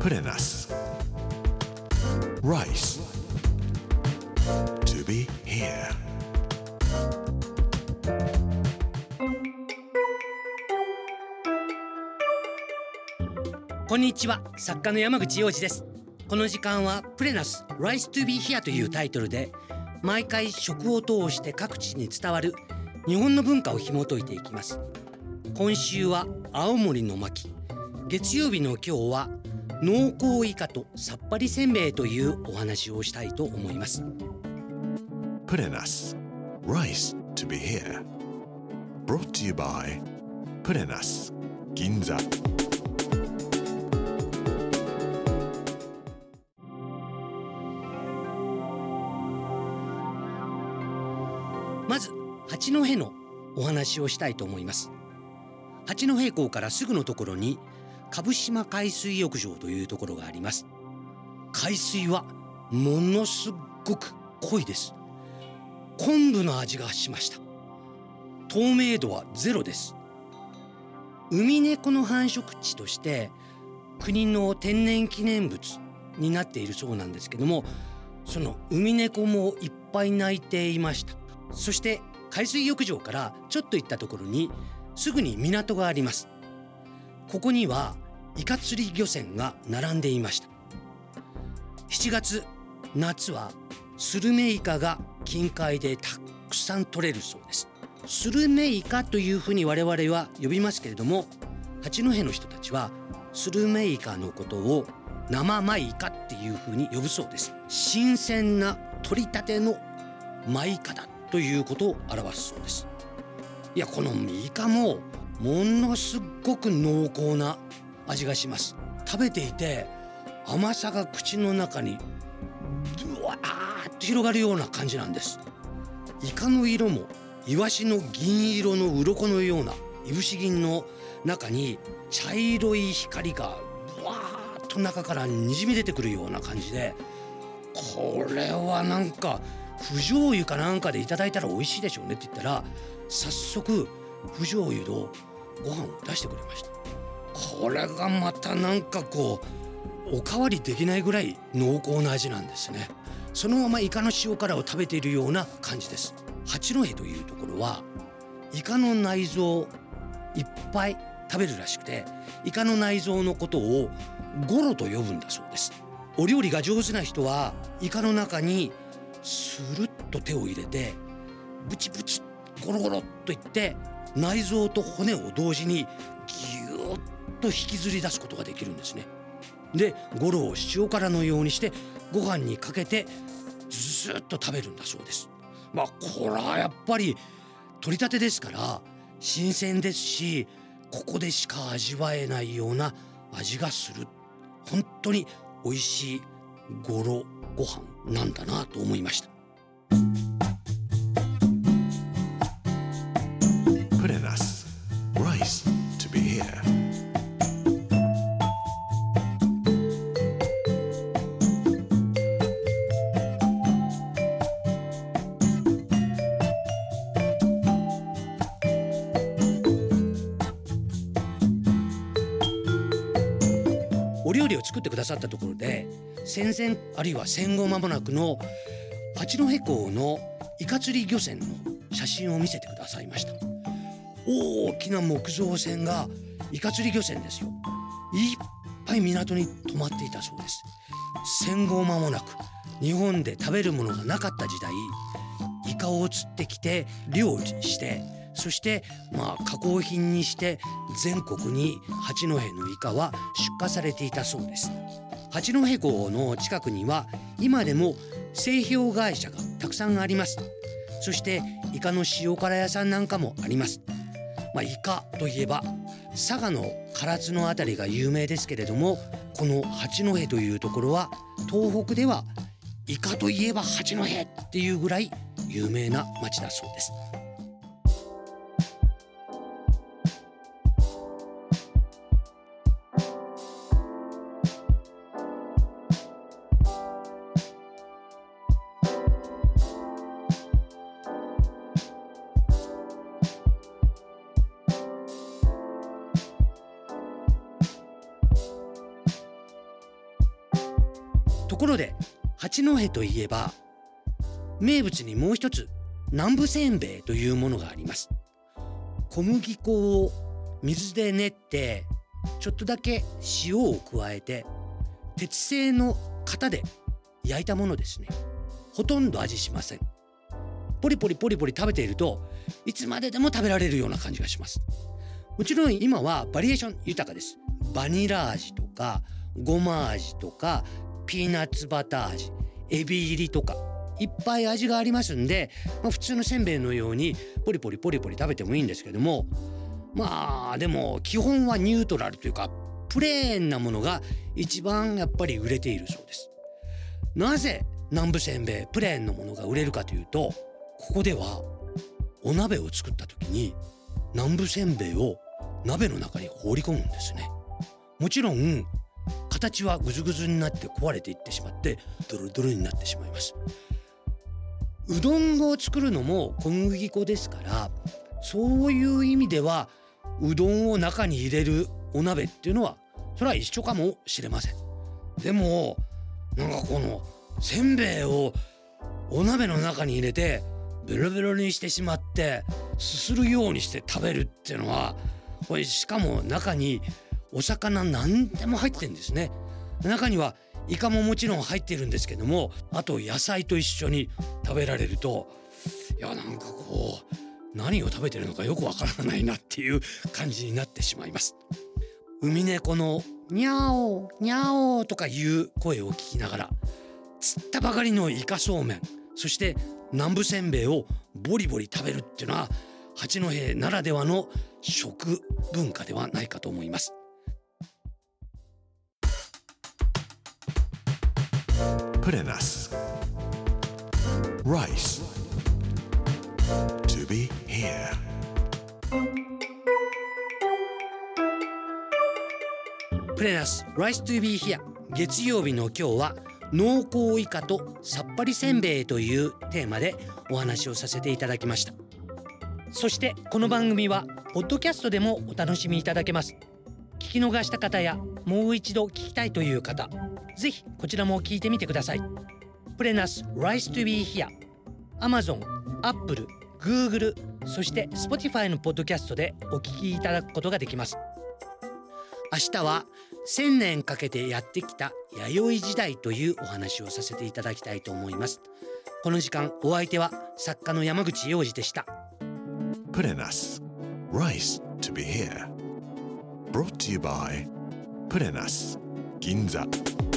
Put in us rice to be here. こんにちは、作家の山口洋二です。この時間はプレナス Rice to be here というタイトルで、毎回食を通して各地に伝わる日本の文化を紐解いていきます。今週は青森の巻、月曜日の今日は濃厚イカとさっぱりせんべいというお話をしたいと思います。 Put in us rice to be here. Brought to you by Put in us 銀座。 まず八戸のお話をしたいと思います。八戸港からすぐのところに蕪島海水浴場というところがあります。海水はものすごく濃いです。昆布の味がしました。透明度はゼロです。ウミネコの繁殖地として国の天然記念物になっているそうなんですけども、そのウミネコもいっぱい鳴いていました。そして海水浴場からちょっと行ったところにすぐに港があります。ここにはイカ釣り漁船が並んでいました。7月、夏はスルメイカが近海でたくさん取れるそうです。スルメイカというふうに我々は呼びますけれども、八戸の人たちはスルメイカのことを生マイカっていうふうに呼ぶそうです。新鮮な取りたてのマイカだということを表すそうです。いや、このイカもものすごく濃厚な味がします。食べていて甘さが口の中にドワーッと広がるような感じなんです。イカの色もイワシの銀色の鱗のようないぶし銀の中に茶色い光がブワーッと中からにじみ出てくるような感じで、これはなんか不醤油かなんかでいただいたら美味しいでしょうねって言ったら、早速不醤油のご飯を出してくれました。これがまたなんかこうおかわりできないぐらい濃厚な味なんですね。そのままイカの塩辛を食べているような感じです。八戸というところはイカの内臓いっぱい食べるらしくて、イカの内臓のことをゴロと呼ぶんだそうです。お料理が上手な人はイカの中にスルッと手を入れてブチブチゴロゴロっといって内臓と骨を同時にギューッと引きずり出すことができるんですね。でゴロを塩辛のようにしてご飯にかけてずっと食べるんだそうです。これはやっぱり取り立てですから新鮮ですし、ここでしか味わえないような味がする、本当に美味しいゴロご飯なんだなと思いました。 Put in us rice to be here. お料理を作ってくださったところで、戦前あるいは戦後間もなくの八戸港のイカ釣り漁船の写真を見せてくださいました。大きな木造船がイカ釣り漁船ですよ。いっぱい港に止まっていたそうです。戦後間もなく日本で食べるものがなかった時代、イカを釣ってきて漁して、そして加工品にして全国に八戸のイカは出荷されていたそうです。八戸港の近くには今でも製氷会社がたくさんあります。そしてイカの塩辛屋さんなんかもあります。イカといえば佐賀の唐津のあたりが有名ですけれども、この八戸というところは東北ではイカといえば八戸っていうぐらい有名な町だそうです。 ころで八戸といえば名物にもう一つ南部せんべいというものがあります。小麦粉を水で練ってちょっとだけ塩を加えて鉄製の型で焼いたものですね。ほとんど味しません。ポリポリポリポリ食べているといつまででも食べられるような感じがします。もちろん今はバリエーション豊かです。バニラ味とかごま味とかピーナッツバター味、エビ入りとかいっぱい味がありますんで、普通のせんべいのようにポリポリポリポリ食べてもいいんですけども、でも基本はニュートラルというかプレーンなものが一番やっぱり売れているそうです。なぜ南部せんべいプレーンのものが売れるかというと、ここではお鍋を作った時に南部せんべいを鍋の中に放り込むんですね。もちろん形はぐずぐずになって壊れていってしまってドロドロになってしまいます。うどんを作るのも小麦粉ですから、そういう意味ではうどんを中に入れるお鍋っていうのはそれは一緒かもしれません。でもなんかこのせんべいをお鍋の中に入れてベロベロにしてしまってすするようにして食べるっていうのは、これしかも中にお魚何でも入ってるんですね。中にはイカももちろん入ってるんですけども、あと野菜と一緒に食べられると、いやなんかこう何を食べてるのかよくわからないなっていう感じになってしまいます。ウミネコのニャオニャオとかいう声を聞きながら釣ったばかりのイカそうめん、そして南部せんべいをボリボリ食べるっていうのは八戸ならではの食文化ではないかと思います。 Purenas Rice to be here. プレナス Rice to be here、 月曜日の今日は濃厚イカとさっぱりせんべいというテーマでお話をさせていただきました。そしてこの番組はポッドキャストでもお楽しみいただけます。聞き逃した方やもう一度聞きたいという方、ぜひこちらも聞いてみてください。プレナス Rice to be here、 Amazon、Apple、Google、 そして Spotify のポッドキャストでお聞きいただくことができます。明日は1000年かけてやってきた弥生時代というお話をさせていただきたいと思います。この時間お相手は作家の山口洋二でした。 Purenas Rice to be here. Brought to you by Purenas Ginza.